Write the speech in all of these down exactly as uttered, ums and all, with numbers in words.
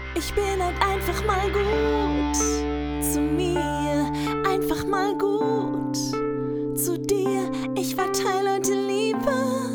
Ich bin halt einfach mal gut zu mir, einfach mal gut zu dir. Ich verteile heute Liebe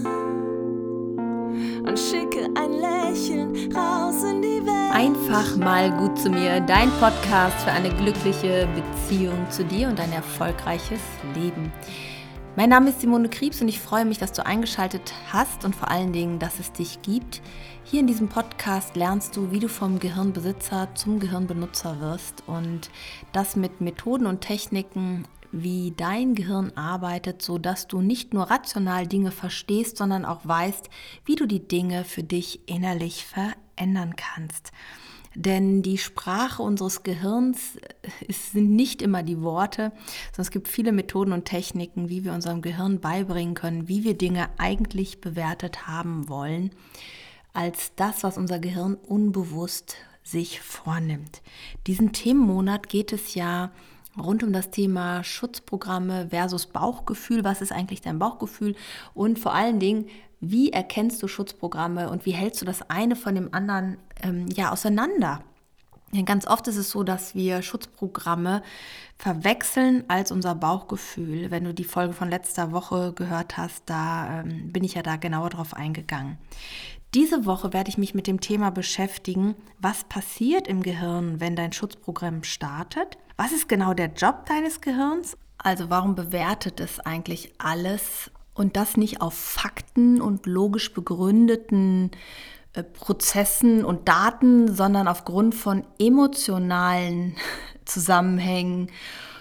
und schicke ein Lächeln raus in die Welt. Einfach mal gut zu mir, dein Podcast für eine glückliche Beziehung zu dir und ein erfolgreiches Leben. Mein Name ist Simone Kriebs und ich freue mich, dass du eingeschaltet hast und vor allen Dingen, dass es dich gibt. Hier in diesem Podcast lernst du, wie du vom Gehirnbesitzer zum Gehirnbenutzer wirst und das mit Methoden und Techniken, wie dein Gehirn arbeitet, sodass du nicht nur rational Dinge verstehst, sondern auch weißt, wie du die Dinge für dich innerlich verändern kannst. Denn die Sprache unseres Gehirns es sind nicht immer die Worte, sondern es gibt viele Methoden und Techniken, wie wir unserem Gehirn beibringen können, wie wir Dinge eigentlich bewertet haben wollen, als das, was unser Gehirn unbewusst sich vornimmt. Diesen Themenmonat geht es ja rund um das Thema Schutzprogramme versus Bauchgefühl. Was ist eigentlich dein Bauchgefühl? Und vor allen Dingen, wie erkennst du Schutzprogramme und wie hältst du das eine von dem anderen ähm, ja, auseinander? Denn ganz oft ist es so, dass wir Schutzprogramme verwechseln als unser Bauchgefühl. Wenn du die Folge von letzter Woche gehört hast, da ähm, bin ich ja da genauer drauf eingegangen. Diese Woche werde ich mich mit dem Thema beschäftigen, was passiert im Gehirn, wenn dein Schutzprogramm startet. Was ist genau der Job deines Gehirns? Also warum bewertet es eigentlich alles und das nicht auf Fakten und logisch begründeten äh, Prozessen und Daten, sondern aufgrund von emotionalen Zusammenhängen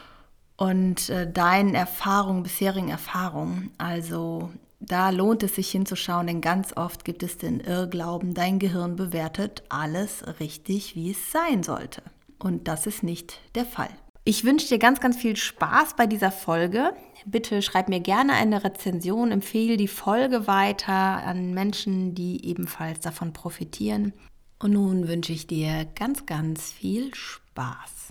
und äh, deinen Erfahrungen, bisherigen Erfahrungen. Also da lohnt es sich hinzuschauen, denn ganz oft gibt es den Irrglauben, dein Gehirn bewertet alles richtig, wie es sein sollte. Und das ist nicht der Fall. Ich wünsche dir ganz, ganz viel Spaß bei dieser Folge. Bitte schreib mir gerne eine Rezension, empfehle die Folge weiter an Menschen, die ebenfalls davon profitieren. Und nun wünsche ich dir ganz, ganz viel Spaß.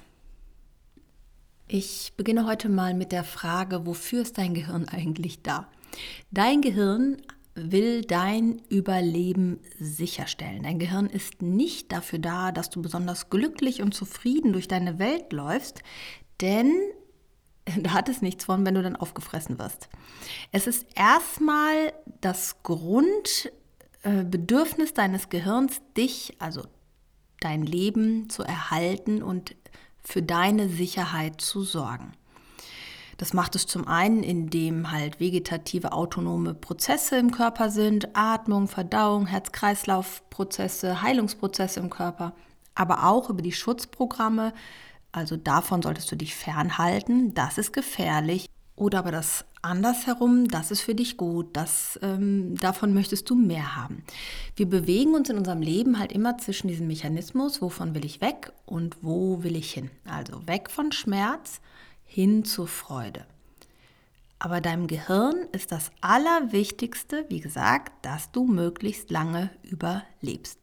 Ich beginne heute mal mit der Frage, wofür ist dein Gehirn eigentlich da? Dein Gehirn will dein Überleben sicherstellen. Dein Gehirn ist nicht dafür da, dass du besonders glücklich und zufrieden durch deine Welt läufst, denn da hat es nichts von, wenn du dann aufgefressen wirst. Es ist erstmal das Grundbedürfnis deines Gehirns, dich, also dein Leben zu erhalten und für deine Sicherheit zu sorgen. Das macht es zum einen, indem halt vegetative autonome Prozesse im Körper sind, Atmung, Verdauung, Herz-Kreislauf-Prozesse, Heilungsprozesse im Körper, aber auch über die Schutzprogramme. Also davon solltest du dich fernhalten, das ist gefährlich. Oder aber das andersherum, das ist für dich gut, das, ähm, davon möchtest du mehr haben. Wir bewegen uns in unserem Leben halt immer zwischen diesem Mechanismus, wovon will ich weg und wo will ich hin. Also weg von Schmerz, hin zur Freude. Aber deinem Gehirn ist das Allerwichtigste, wie gesagt, dass du möglichst lange überlebst.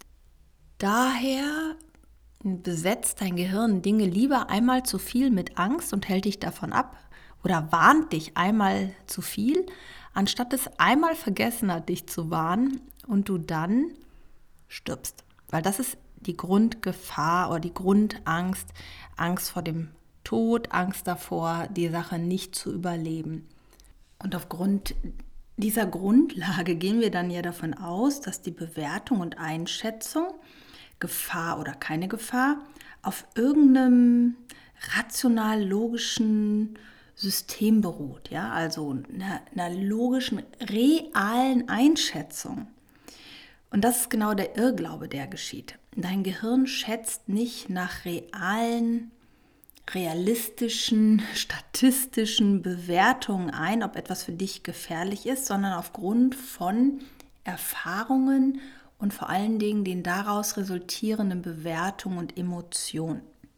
Daher besetzt dein Gehirn Dinge lieber einmal zu viel mit Angst und hält dich davon ab oder warnt dich einmal zu viel, anstatt es einmal vergessen hat, dich zu warnen und du dann stirbst. Weil das ist die Grundgefahr oder die Grundangst, Angst vor dem Tod, Angst davor, die Sache nicht zu überleben. Und aufgrund dieser Grundlage gehen wir dann ja davon aus, dass die Bewertung und Einschätzung, Gefahr oder keine Gefahr, auf irgendeinem rational-logischen System beruht. Ja? Also einer, einer logischen, realen Einschätzung. Und das ist genau der Irrglaube, der geschieht. Dein Gehirn schätzt nicht nach realen realistischen, statistischen Bewertungen ein, ob etwas für dich gefährlich ist, sondern aufgrund von Erfahrungen und vor allen Dingen den daraus resultierenden Bewertungen und Emotionen.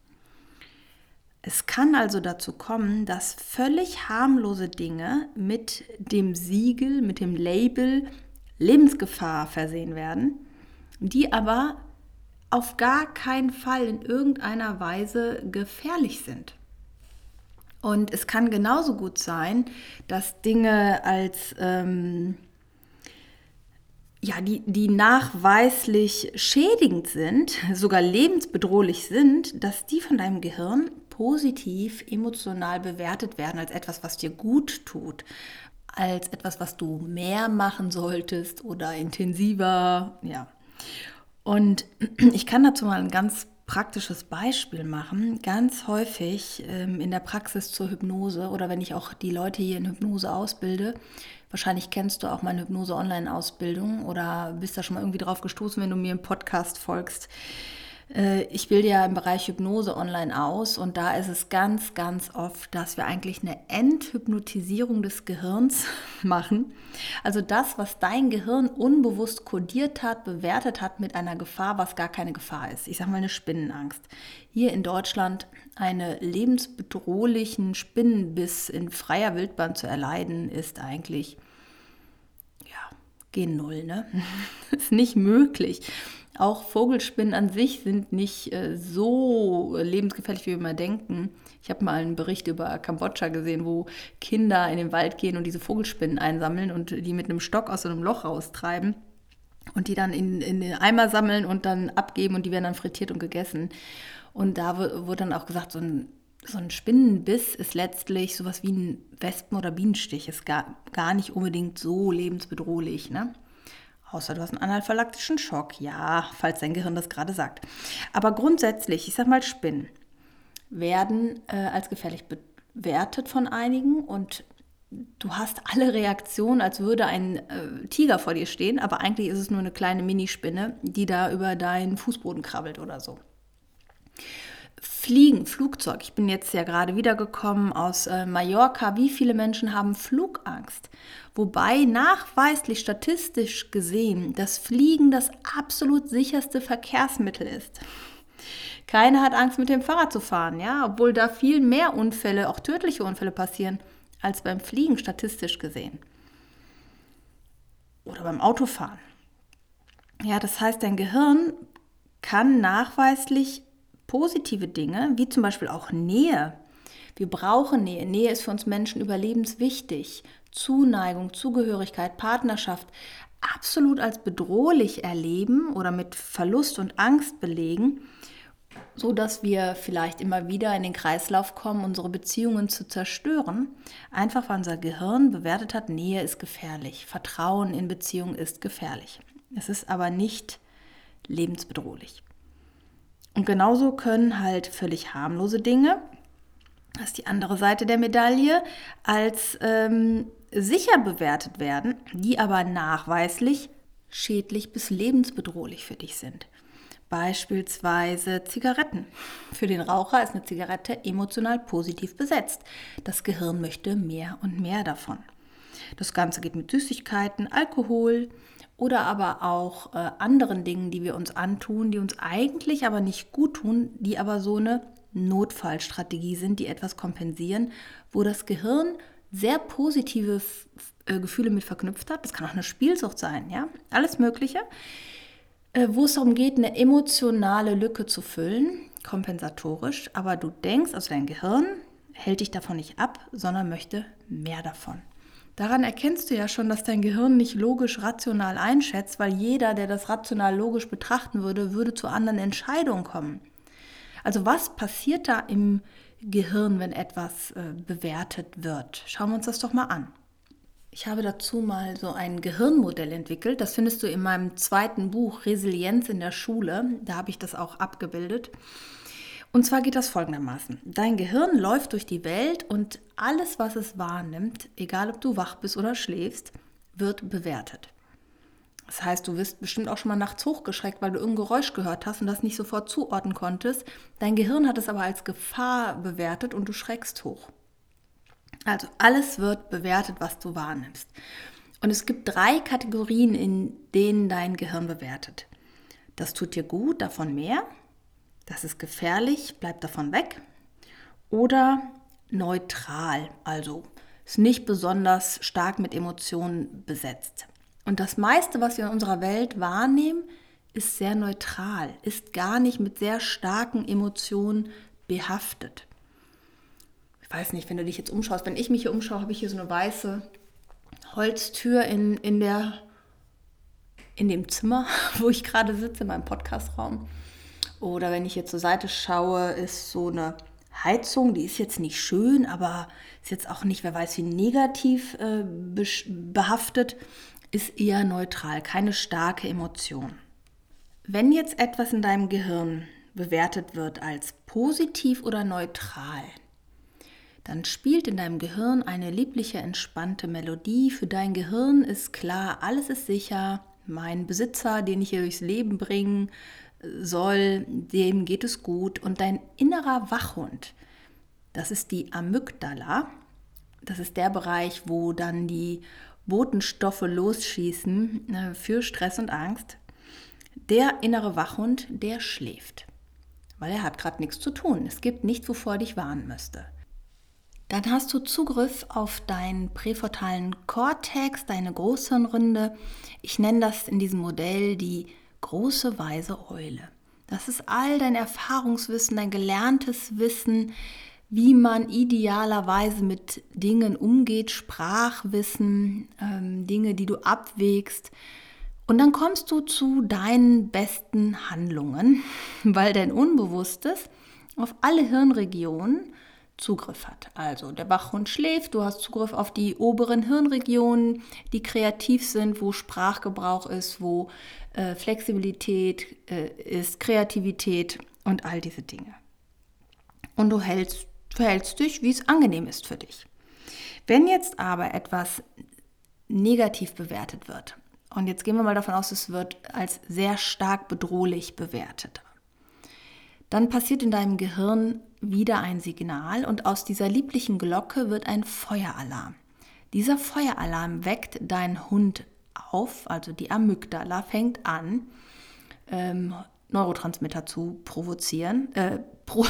Es kann also dazu kommen, dass völlig harmlose Dinge mit dem Siegel, mit dem Label Lebensgefahr versehen werden, die aber auf gar keinen Fall in irgendeiner Weise gefährlich sind. Und es kann genauso gut sein, dass Dinge als ähm, ja, die, die nachweislich schädigend sind, sogar lebensbedrohlich sind, dass die von deinem Gehirn positiv emotional bewertet werden als etwas, was dir gut tut, als etwas, was du mehr machen solltest oder intensiver, ja. Und ich kann dazu mal ein ganz praktisches Beispiel machen. Ganz häufig ähm, in der Praxis zur Hypnose oder wenn ich auch die Leute hier in Hypnose ausbilde, wahrscheinlich kennst du auch meine Hypnose-Online-Ausbildung oder bist da schon mal irgendwie drauf gestoßen, wenn du mir im Podcast folgst. Ich bilde ja im Bereich Hypnose online aus und da ist es ganz, ganz oft, dass wir eigentlich eine Enthypnotisierung des Gehirns machen. Also das, was dein Gehirn unbewusst kodiert hat, bewertet hat mit einer Gefahr, was gar keine Gefahr ist. Ich sage mal eine Spinnenangst. Hier in Deutschland einen lebensbedrohlichen Spinnenbiss in freier Wildbahn zu erleiden, ist eigentlich ja, gen Null, ne? Ist nicht möglich. Auch Vogelspinnen an sich sind nicht äh, so lebensgefährlich, wie wir immer denken. Ich habe mal einen Bericht über Kambodscha gesehen, wo Kinder in den Wald gehen und diese Vogelspinnen einsammeln und die mit einem Stock aus so einem Loch raustreiben und die dann in, in den Eimer sammeln und dann abgeben und die werden dann frittiert und gegessen. Und da wurde dann auch gesagt, so ein, so ein Spinnenbiss ist letztlich sowas wie ein Wespen- oder Bienenstich. Ist gar, gar nicht unbedingt so lebensbedrohlich, ne? Außer du hast einen anaphylaktischen Schock. Ja, falls dein Gehirn das gerade sagt. Aber grundsätzlich, ich sag mal, Spinnen werden äh, als gefährlich bewertet von einigen und du hast alle Reaktionen, als würde ein äh, Tiger vor dir stehen, aber eigentlich ist es nur eine kleine Minispinne, die da über deinen Fußboden krabbelt oder so. Fliegen, Flugzeug. Ich bin jetzt ja gerade wiedergekommen aus äh, Mallorca. Wie viele Menschen haben Flugangst? Wobei nachweislich statistisch gesehen das Fliegen das absolut sicherste Verkehrsmittel ist. Keiner hat Angst, mit dem Fahrrad zu fahren, ja, obwohl da viel mehr Unfälle, auch tödliche Unfälle passieren, als beim Fliegen statistisch gesehen. Oder beim Autofahren. Ja, das heißt, dein Gehirn kann nachweislich positive Dinge, wie zum Beispiel auch Nähe. Wir brauchen Nähe. Nähe ist für uns Menschen überlebenswichtig. Zuneigung, Zugehörigkeit, Partnerschaft absolut als bedrohlich erleben oder mit Verlust und Angst belegen, sodass wir vielleicht immer wieder in den Kreislauf kommen, unsere Beziehungen zu zerstören. Einfach weil unser Gehirn bewertet hat, Nähe ist gefährlich, Vertrauen in Beziehungen ist gefährlich. Es ist aber nicht lebensbedrohlich. Und genauso können halt völlig harmlose Dinge, das ist die andere Seite der Medaille, als ähm, sicher bewertet werden, die aber nachweislich schädlich bis lebensbedrohlich für dich sind. Beispielsweise Zigaretten. Für den Raucher ist eine Zigarette emotional positiv besetzt. Das Gehirn möchte mehr und mehr davon. Das Ganze geht mit Süßigkeiten, Alkohol oder aber auch äh, anderen Dingen, die wir uns antun, die uns eigentlich aber nicht gut tun, die aber so eine Notfallstrategie sind, die etwas kompensieren, wo das Gehirn sehr positive F- äh, Gefühle mit verknüpft hat. Das kann auch eine Spielsucht sein, ja, alles Mögliche, äh, wo es darum geht, eine emotionale Lücke zu füllen, kompensatorisch, aber du denkst, also dein Gehirn hält dich davon nicht ab, sondern möchte mehr davon. Daran erkennst du ja schon, dass dein Gehirn nicht logisch rational einschätzt, weil jeder, der das rational logisch betrachten würde, würde zu anderen Entscheidungen kommen. Also was passiert da im Gehirn, wenn etwas äh, bewertet wird? Schauen wir uns das doch mal an. Ich habe dazu mal so ein Gehirnmodell entwickelt. Das findest du in meinem zweiten Buch Resilienz in der Schule. Da habe ich das auch abgebildet. Und zwar geht das folgendermaßen. Dein Gehirn läuft durch die Welt und alles, was es wahrnimmt, egal ob du wach bist oder schläfst, wird bewertet. Das heißt, du wirst bestimmt auch schon mal nachts hochgeschreckt, weil du irgendein Geräusch gehört hast und das nicht sofort zuordnen konntest. Dein Gehirn hat es aber als Gefahr bewertet und du schreckst hoch. Also alles wird bewertet, was du wahrnimmst. Und es gibt drei Kategorien, in denen dein Gehirn bewertet. Das tut dir gut, davon mehr. Das ist gefährlich, bleib davon weg. Oder neutral, also ist nicht besonders stark mit Emotionen besetzt. Und das meiste, was wir in unserer Welt wahrnehmen, ist sehr neutral, ist gar nicht mit sehr starken Emotionen behaftet. Ich weiß nicht, wenn du dich jetzt umschaust, wenn ich mich hier umschaue, habe ich hier so eine weiße Holztür in, in der in dem Zimmer, wo ich gerade sitze, in meinem Podcastraum. Oder wenn ich hier zur Seite schaue, ist so eine Heizung, die ist jetzt nicht schön, aber ist jetzt auch nicht, wer weiß wie negativ äh, behaftet, ist eher neutral, keine starke Emotion. Wenn jetzt etwas in deinem Gehirn bewertet wird als positiv oder neutral, dann spielt in deinem Gehirn eine liebliche, entspannte Melodie. Für dein Gehirn ist klar, alles ist sicher, mein Besitzer, den ich hier durchs Leben bringen soll, dem geht es gut. Und dein innerer Wachhund, das ist die Amygdala, das ist der Bereich, wo dann die Botenstoffe losschießen äh, für Stress und Angst. Der innere Wachhund, der schläft, weil er hat gerade nichts zu tun. Es gibt nichts, wovor er dich warnen müsste. Dann hast du Zugriff auf deinen präfrontalen Kortex, deine Großhirnrinde. Ich nenne das in diesem Modell die große weise Eule. Das ist all dein Erfahrungswissen, dein gelerntes Wissen, wie man idealerweise mit Dingen umgeht, Sprachwissen, ähm, Dinge, die du abwägst. Und dann kommst du zu deinen besten Handlungen, weil dein Unbewusstes auf alle Hirnregionen Zugriff hat. Also der Wachhund schläft, du hast Zugriff auf die oberen Hirnregionen, die kreativ sind, wo Sprachgebrauch ist, wo äh, Flexibilität äh, ist, Kreativität und all diese Dinge. Und du hältst, verhältst dich, wie es angenehm ist für dich. Wenn jetzt aber etwas negativ bewertet wird, und jetzt gehen wir mal davon aus, es wird als sehr stark bedrohlich bewertet, dann passiert in deinem Gehirn wieder ein Signal und aus dieser lieblichen Glocke wird ein Feueralarm. Dieser Feueralarm weckt deinen Hund auf, also die Amygdala fängt an, ähm, Neurotransmitter zu provozieren, äh, pro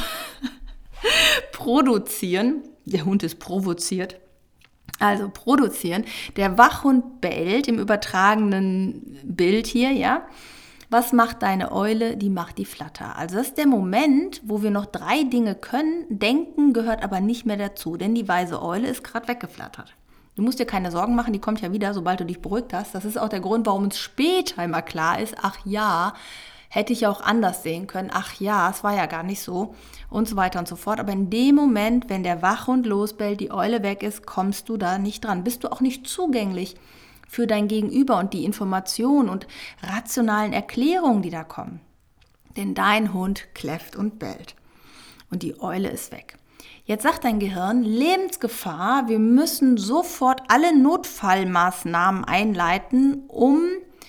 produzieren. Der Hund ist provoziert. Also produzieren. Der Wachhund bellt im übertragenen Bild hier, ja. Was macht deine Eule? Die macht die Flatter. Also das ist der Moment, wo wir noch drei Dinge können. Denken gehört aber nicht mehr dazu, denn die weise Eule ist gerade weggeflattert. Du musst dir keine Sorgen machen, die kommt ja wieder, sobald du dich beruhigt hast. Das ist auch der Grund, warum uns später immer klar ist, ach ja, hätte ich auch anders sehen können. Ach ja, es war ja gar nicht so und so weiter und so fort. Aber in dem Moment, wenn der Wachhund losbellt, die Eule weg ist, kommst du da nicht dran. Bist du auch nicht zugänglich für dein Gegenüber und die Informationen und rationalen Erklärungen, die da kommen. Denn dein Hund kläfft und bellt und die Eule ist weg. Jetzt sagt dein Gehirn, Lebensgefahr, wir müssen sofort alle Notfallmaßnahmen einleiten, um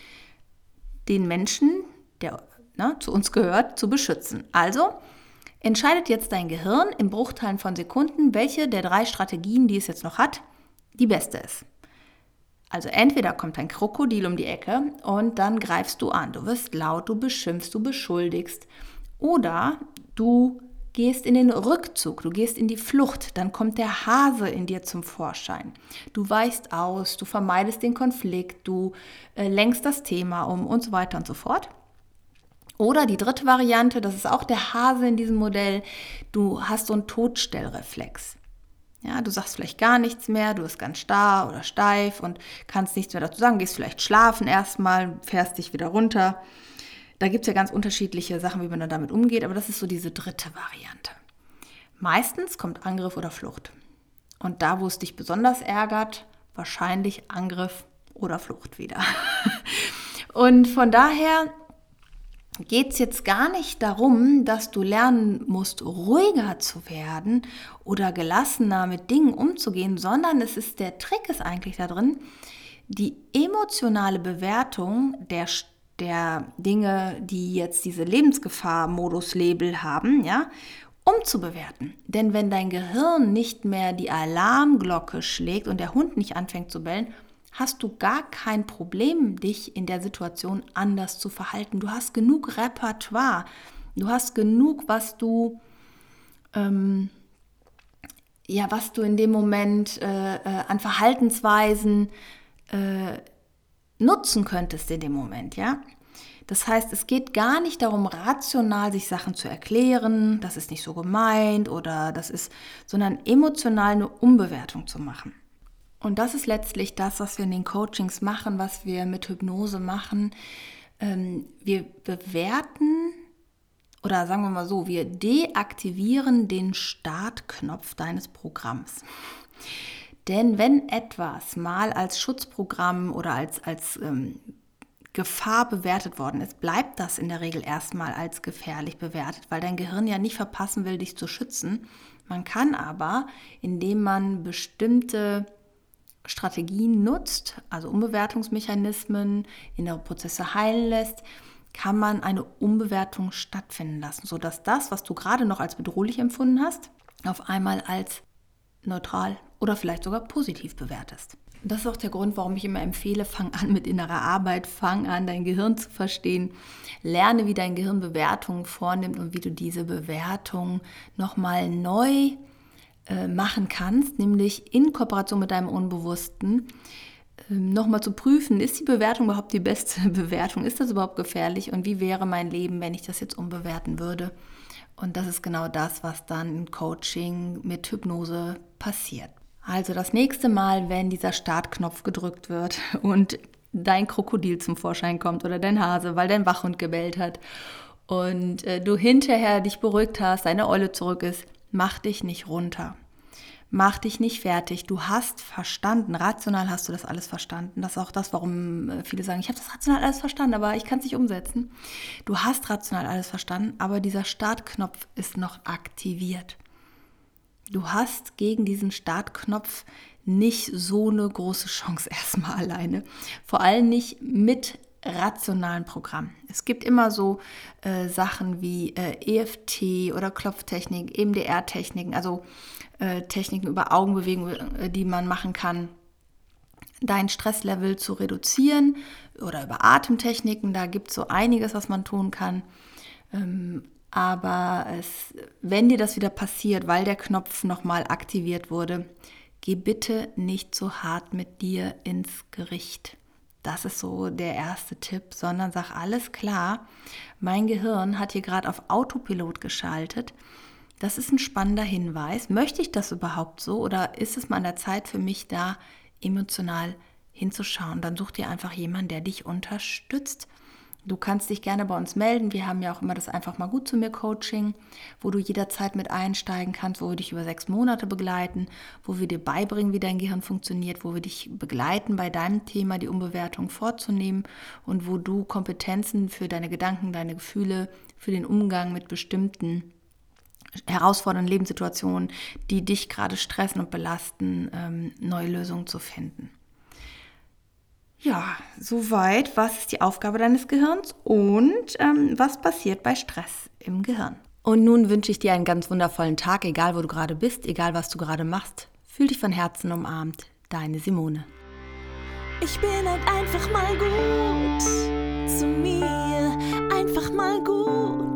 den Menschen, der na, zu uns gehört, zu beschützen. Also entscheidet jetzt dein Gehirn in Bruchteilen von Sekunden, welche der drei Strategien, die es jetzt noch hat, die beste ist. Also entweder kommt ein Krokodil um die Ecke und dann greifst du an. Du wirst laut, du beschimpfst, du beschuldigst. Oder du gehst in den Rückzug, du gehst in die Flucht. Dann kommt der Hase in dir zum Vorschein. Du weichst aus, du vermeidest den Konflikt, du äh, lenkst das Thema um und so weiter und so fort. Oder die dritte Variante, das ist auch der Hase in diesem Modell, du hast so einen Todstellreflex. Ja, du sagst vielleicht gar nichts mehr, du bist ganz starr oder steif und kannst nichts mehr dazu sagen, gehst vielleicht schlafen erstmal, fährst dich wieder runter. Da gibt es ja ganz unterschiedliche Sachen, wie man dann damit umgeht, aber das ist so diese dritte Variante. Meistens kommt Angriff oder Flucht. Und da, wo es dich besonders ärgert, wahrscheinlich Angriff oder Flucht wieder. Und von daher geht es jetzt gar nicht darum, dass du lernen musst, ruhiger zu werden oder gelassener mit Dingen umzugehen, sondern es ist, der Trick ist eigentlich da drin, die emotionale Bewertung der, der Dinge, die jetzt diese Lebensgefahr-Modus-Label haben, ja, umzubewerten. Denn wenn dein Gehirn nicht mehr die Alarmglocke schlägt und der Hund nicht anfängt zu bellen, hast du gar kein Problem, dich in der Situation anders zu verhalten. Du hast genug Repertoire, du hast genug, was du, ähm, ja, was du in dem Moment äh, äh, an Verhaltensweisen äh, nutzen könntest in dem Moment, ja. Das heißt, es geht gar nicht darum, rational sich Sachen zu erklären, das ist nicht so gemeint oder das ist, sondern emotional eine Umbewertung zu machen. Und das ist letztlich das, was wir in den Coachings machen, was wir mit Hypnose machen. Wir bewerten oder sagen wir mal so, wir deaktivieren den Startknopf deines Programms. Denn wenn etwas mal als Schutzprogramm oder als, als ähm, Gefahr bewertet worden ist, bleibt das in der Regel erstmal als gefährlich bewertet, weil dein Gehirn ja nicht verpassen will, dich zu schützen. Man kann aber, indem man bestimmte Strategien nutzt, also Umbewertungsmechanismen, innere Prozesse heilen lässt, kann man eine Umbewertung stattfinden lassen, sodass das, was du gerade noch als bedrohlich empfunden hast, auf einmal als neutral oder vielleicht sogar positiv bewertest. Das ist auch der Grund, warum ich immer empfehle, fang an mit innerer Arbeit, fang an, dein Gehirn zu verstehen, lerne, wie dein Gehirn Bewertungen vornimmt und wie du diese Bewertung nochmal neu äh, machen kannst, nämlich in Kooperation mit deinem Unbewussten, äh, nochmal zu prüfen, ist die Bewertung überhaupt die beste Bewertung, ist das überhaupt gefährlich und wie wäre mein Leben, wenn ich das jetzt umbewerten würde? Und das ist genau das, was dann im Coaching mit Hypnose passiert. Also das nächste Mal, wenn dieser Startknopf gedrückt wird und dein Krokodil zum Vorschein kommt oder dein Hase, weil dein Wachhund gebellt hat und äh, du hinterher dich beruhigt hast, deine Eule zurück ist, mach dich nicht runter. Mach dich nicht fertig. Du hast verstanden, rational hast du das alles verstanden. Das ist auch das, warum viele sagen, ich habe das rational alles verstanden, aber ich kann es nicht umsetzen. Du hast rational alles verstanden, aber dieser Startknopf ist noch aktiviert. Du hast gegen diesen Startknopf nicht so eine große Chance erstmal alleine. Vor allem nicht mit rationalen Programmen. Es gibt immer so äh, Sachen wie äh, E F T oder Klopftechnik, E M D R-Techniken, also äh, Techniken über Augenbewegungen, äh, die man machen kann, dein Stresslevel zu reduzieren, oder über Atemtechniken. Da gibt es so einiges, was man tun kann. Ähm, Aber es, wenn dir das wieder passiert, weil der Knopf nochmal aktiviert wurde, geh bitte nicht so hart mit dir ins Gericht. Das ist so der erste Tipp, sondern sag, alles klar, mein Gehirn hat hier gerade auf Autopilot geschaltet. Das ist ein spannender Hinweis. Möchte ich das überhaupt so oder ist es mal an der Zeit für mich, da emotional hinzuschauen? Dann such dir einfach jemanden, der dich unterstützt. Du kannst dich gerne bei uns melden. Wir haben ja auch immer das einfach mal gut zu mir Coaching, wo du jederzeit mit einsteigen kannst, wo wir dich über sechs Monate begleiten, wo wir dir beibringen, wie dein Gehirn funktioniert, wo wir dich begleiten bei deinem Thema, die Umbewertung vorzunehmen und wo du Kompetenzen für deine Gedanken, deine Gefühle, für den Umgang mit bestimmten herausfordernden Lebenssituationen, die dich gerade stressen und belasten, ähm, neue Lösungen zu finden. Ja, soweit, was ist die Aufgabe deines Gehirns und ähm, was passiert bei Stress im Gehirn. Und nun wünsche ich dir einen ganz wundervollen Tag, egal wo du gerade bist, egal was du gerade machst. Fühl dich von Herzen umarmt, deine Simone. Ich bin halt einfach mal gut zu mir, einfach mal gut.